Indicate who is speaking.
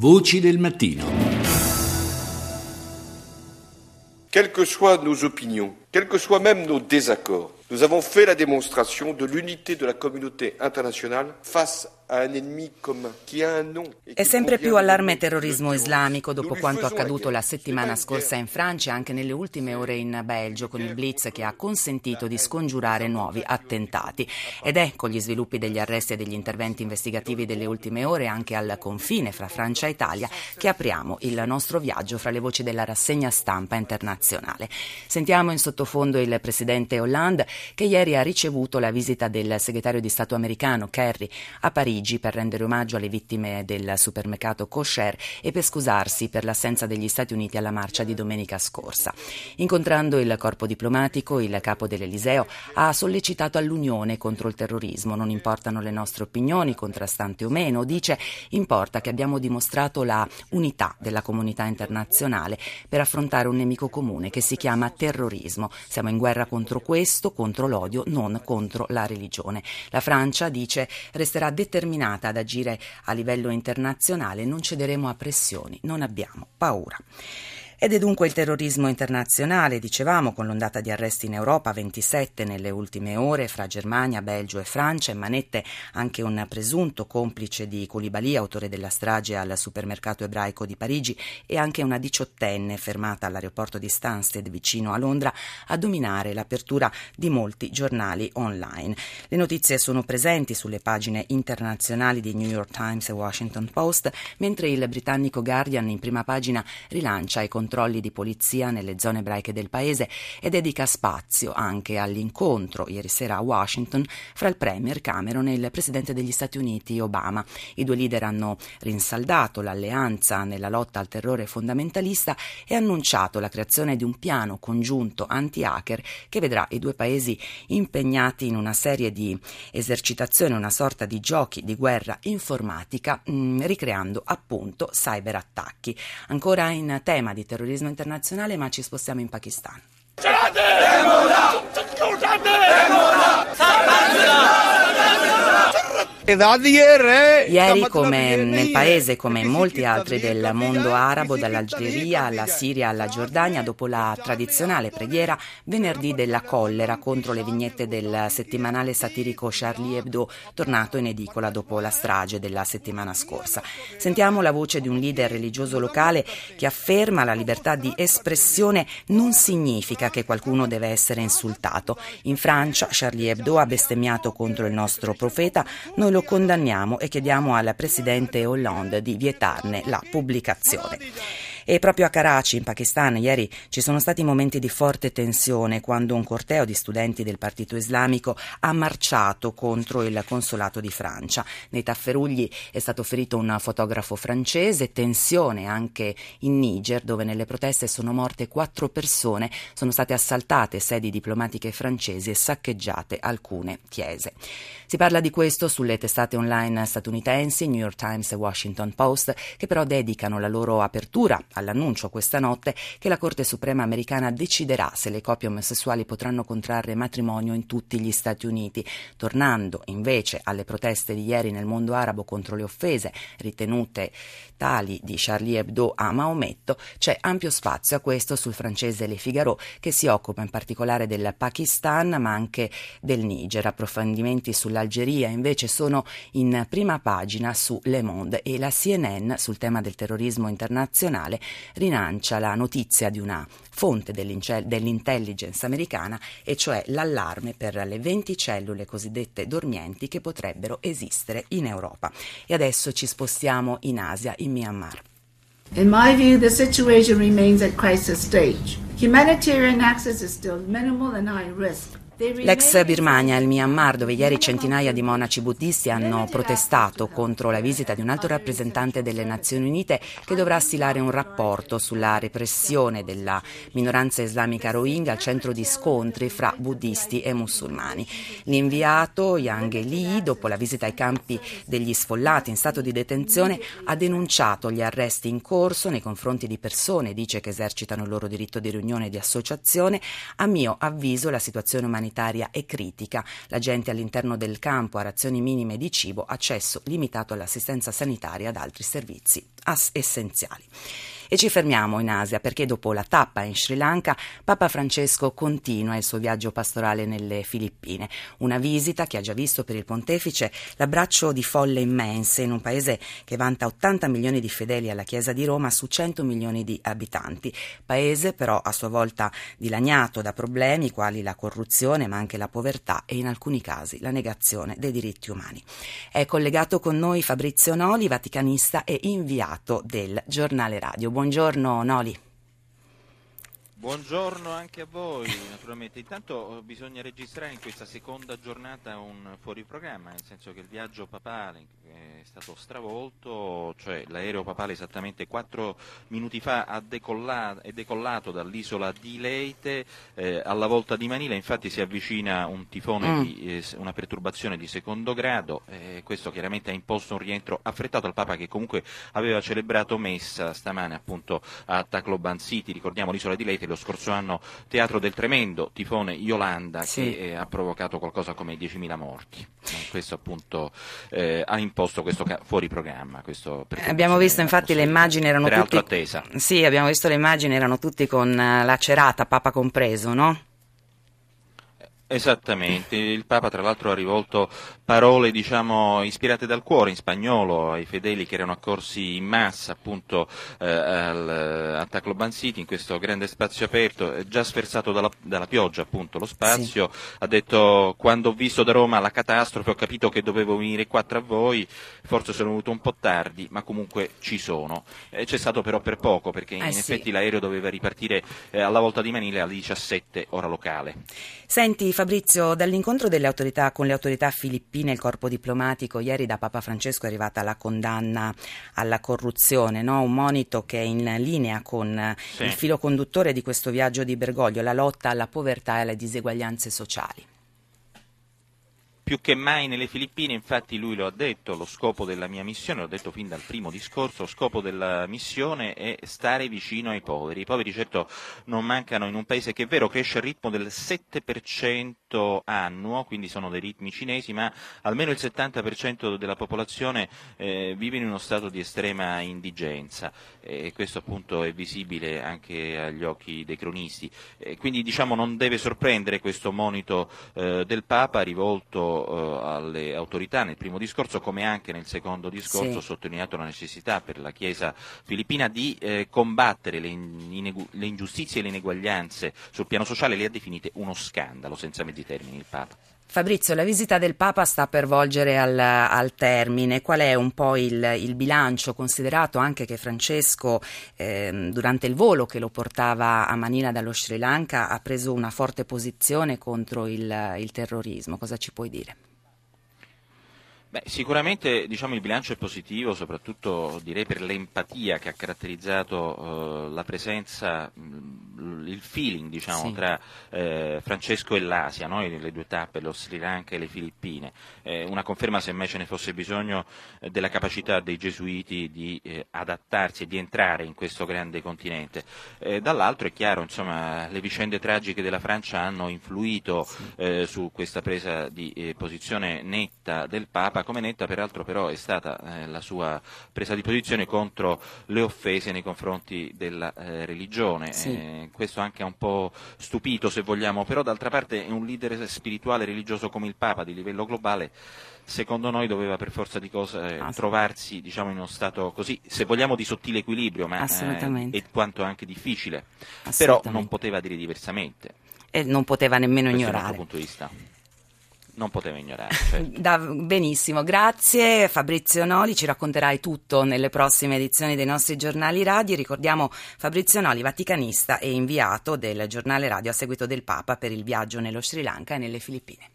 Speaker 1: Voci del mattino.
Speaker 2: Quelles que soient nos opinions, quels que soient même nos désaccords, nous avons fait la démonstration de l'unité de la communauté internationale face a un ennemi commun qui a un nom.
Speaker 3: È sempre più allarme terrorismo islamico dopo quanto accaduto la settimana scorsa in Francia e anche nelle ultime ore in Belgio con il blitz che ha consentito di scongiurare nuovi attentati. Ed è con gli sviluppi degli arresti e degli interventi investigativi delle ultime ore anche al confine fra Francia e Italia che apriamo il nostro viaggio fra le voci della rassegna stampa internazionale. Sentiamo in sottofondo il presidente Hollande che ieri ha ricevuto la visita del segretario di Stato americano Kerry a Parigi per rendere omaggio alle vittime del supermercato Kosher e per scusarsi per l'assenza degli Stati Uniti alla marcia di domenica scorsa. Incontrando il corpo diplomatico, il capo dell'Eliseo ha sollecitato all'unione contro il terrorismo. Non importano le nostre opinioni, contrastanti o meno, dice, importa che abbiamo dimostrato la unità della comunità internazionale per affrontare un nemico comune che si chiama terrorismo. Siamo in guerra contro questo, contro l'odio, non contro la religione. La Francia, dice, resterà determinata ad agire a livello internazionale, non cederemo a pressioni, non abbiamo paura. Ed è dunque il terrorismo internazionale, dicevamo, con l'ondata di arresti in Europa, 27 nelle ultime ore, fra Germania, Belgio e Francia, in manette anche un presunto complice di Koulibaly, autore della strage al supermercato ebraico di Parigi, e anche una 18enne fermata all'aeroporto di Stansted, vicino a Londra, a dominare l'apertura di molti giornali online. Le notizie sono presenti sulle pagine internazionali di New York Times e Washington Post, mentre il britannico Guardian in prima pagina rilancia i controlli di polizia nelle zone ebraiche del paese e dedica spazio anche all'incontro ieri sera a Washington fra il premier Cameron e il presidente degli Stati Uniti Obama. I due leader hanno rinsaldato l'alleanza nella lotta al terrore fondamentalista e annunciato la creazione di un piano congiunto anti-hacker che vedrà i due paesi impegnati in una serie di esercitazioni, una sorta di giochi di guerra informatica, ricreando appunto cyberattacchi. Ancora in tema di terrorismo internazionale, ma ci spostiamo in Pakistan. Ieri, come nel paese, come in molti altri del mondo arabo, dall'Algeria alla Siria alla Giordania, dopo la tradizionale preghiera venerdì della collera contro le vignette del settimanale satirico Charlie Hebdo, tornato in edicola dopo la strage della settimana scorsa. Sentiamo la voce di un leader religioso locale che afferma la libertà di espressione non significa che qualcuno deve essere insultato. In Francia Charlie Hebdo ha bestemmiato contro il nostro profeta, noi lo condanniamo e chiediamo al presidente Hollande di vietarne la pubblicazione. E proprio a Karachi, in Pakistan, ieri ci sono stati momenti di forte tensione quando un corteo di studenti del Partito Islamico ha marciato contro il consolato di Francia. Nei tafferugli è stato ferito un fotografo francese, tensione anche in Niger, dove nelle proteste sono morte 4 persone, sono state assaltate sedi diplomatiche francesi e saccheggiate alcune chiese. Si parla di questo sulle testate online statunitensi, New York Times e Washington Post, che però dedicano la loro apertura all'annuncio questa notte che la Corte Suprema americana deciderà se le coppie omosessuali potranno contrarre matrimonio in tutti gli Stati Uniti, tornando invece alle proteste di ieri nel mondo arabo contro le offese ritenute tali di Charlie Hebdo a Maometto. C'è ampio spazio a questo sul francese Le Figaro, che si occupa in particolare del Pakistan ma anche del Niger. Approfondimenti sull'Algeria invece sono in prima pagina su Le Monde, e la CNN sul tema del terrorismo internazionale rilancia la notizia di una fonte dell'intelligence americana, e cioè l'allarme per le 20 cellule cosiddette dormienti che potrebbero esistere in Europa. E adesso ci spostiamo in Asia, in Myanmar.
Speaker 4: In my view, the situation remains at crisis stage. Humanitarian access is still minimal and high risk.
Speaker 3: L'ex Birmania, il Myanmar, dove ieri centinaia di monaci buddisti hanno protestato contro la visita di un alto rappresentante delle Nazioni Unite che dovrà stilare un rapporto sulla repressione della minoranza islamica Rohingya al centro di scontri fra buddisti e musulmani. L'inviato Yang Lee, dopo la visita ai campi degli sfollati in stato di detenzione, ha denunciato gli arresti in corso nei confronti di persone, dice, che esercitano il loro diritto di riunione e di associazione. A mio avviso la situazione umanitaria sanitaria è critica. La gente all'interno del campo ha razioni minime di cibo, accesso limitato all'assistenza sanitaria ed altri servizi essenziali. E ci fermiamo in Asia perché dopo la tappa in Sri Lanka Papa Francesco continua il suo viaggio pastorale nelle Filippine, una visita che ha già visto per il pontefice l'abbraccio di folle immense in un paese che vanta 80 milioni di fedeli alla Chiesa di Roma su 100 milioni di abitanti, paese però a sua volta dilaniato da problemi quali la corruzione ma anche la povertà e in alcuni casi la negazione dei diritti umani. È collegato con noi Fabrizio Noli, vaticanista e inviato del Giornale Radio. Buongiorno Noli.
Speaker 1: Buongiorno anche a voi, naturalmente. Intanto bisogna registrare in questa seconda giornata un fuoriprogramma, nel senso che il viaggio papale è stato stravolto, cioè l'aereo papale esattamente 4 minuti fa è decollato dall'isola di Leyte alla volta di Manila, infatti si avvicina un tifone, una perturbazione di secondo grado, questo chiaramente ha imposto un rientro affrettato al Papa che comunque aveva celebrato messa stamane appunto a Tacloban City, ricordiamo l'isola di Leyte, lo scorso anno teatro del tremendo tifone Yolanda che ha provocato qualcosa come 10.000 morti. Questo appunto ha imposto questo fuori programma.
Speaker 3: Abbiamo visto infatti le immagini erano tutti
Speaker 1: attesa.
Speaker 3: Sì, abbiamo visto le immagini, erano tutti con la cerata, Papa compreso, no?
Speaker 1: Esattamente, il Papa tra l'altro ha rivolto parole ispirate dal cuore in spagnolo ai fedeli che erano accorsi in massa appunto a Tacloban City, in questo grande spazio aperto, già sferzato dalla pioggia appunto lo spazio. Sì. Ha detto: quando ho visto da Roma la catastrofe ho capito che dovevo venire qua tra voi, forse sono venuto un po' tardi ma comunque ci sono. C'è stato però per poco perché in effetti l'aereo doveva ripartire alla volta di Manila alle 17 ora locale.
Speaker 3: Senti Fabrizio, dall'incontro delle autorità con le autorità filippine, il corpo diplomatico, ieri da Papa Francesco è arrivata la condanna alla corruzione, no? Un monito che è in linea con il filo conduttore di questo viaggio di Bergoglio, la lotta alla povertà e alle diseguaglianze sociali.
Speaker 1: Più che mai nelle Filippine, infatti lui lo ha detto, lo scopo della mia missione, l'ho detto fin dal primo discorso, lo scopo della missione è stare vicino ai poveri. I poveri certo non mancano in un paese che è vero cresce al ritmo del 7% annuo, quindi sono dei ritmi cinesi, ma almeno il 70% della popolazione vive in uno stato di estrema indigenza e questo appunto è visibile anche agli occhi dei cronisti. Quindi non deve sorprendere questo monito del Papa rivolto alle autorità nel primo discorso, come anche nel secondo discorso, sottolineato la necessità per la Chiesa filippina di combattere le ingiustizie e le ineguaglianze sul piano sociale. Le ha definite uno scandalo, senza mezzi termini, il Papa.
Speaker 3: Fabrizio, la visita del Papa sta per volgere al termine. Qual è un po' il bilancio, considerato anche che Francesco durante il volo che lo portava a Manila dallo Sri Lanka ha preso una forte posizione contro il terrorismo? Cosa ci puoi dire?
Speaker 1: Sicuramente il bilancio è positivo, soprattutto direi per l'empatia che ha caratterizzato la presenza, il feeling tra Francesco e l'Asia, no? Le due tappe, lo Sri Lanka e le Filippine. Una conferma, se mai ce ne fosse bisogno, della capacità dei gesuiti di adattarsi e di entrare in questo grande continente. Dall'altro è chiaro, le vicende tragiche della Francia hanno influito su questa presa di posizione netta del Papa, come netta peraltro però è stata la sua presa di posizione contro le offese nei confronti della religione. Questo anche ha un po' stupito, se vogliamo, però d'altra parte è un leader spirituale e religioso come il Papa di livello globale, secondo noi doveva per forza di cose trovarsi in uno stato così, se vogliamo, di sottile equilibrio, ma è quanto anche difficile, però non poteva dire diversamente.
Speaker 3: E non poteva nemmeno ignorare.
Speaker 1: Dal nostro punto di vista. Non poteva ignorare. Certo.
Speaker 3: Benissimo, grazie Fabrizio Noli, ci racconterai tutto nelle prossime edizioni dei nostri giornali radio. Ricordiamo Fabrizio Noli, vaticanista e inviato del Giornale Radio a seguito del Papa per il viaggio nello Sri Lanka e nelle Filippine.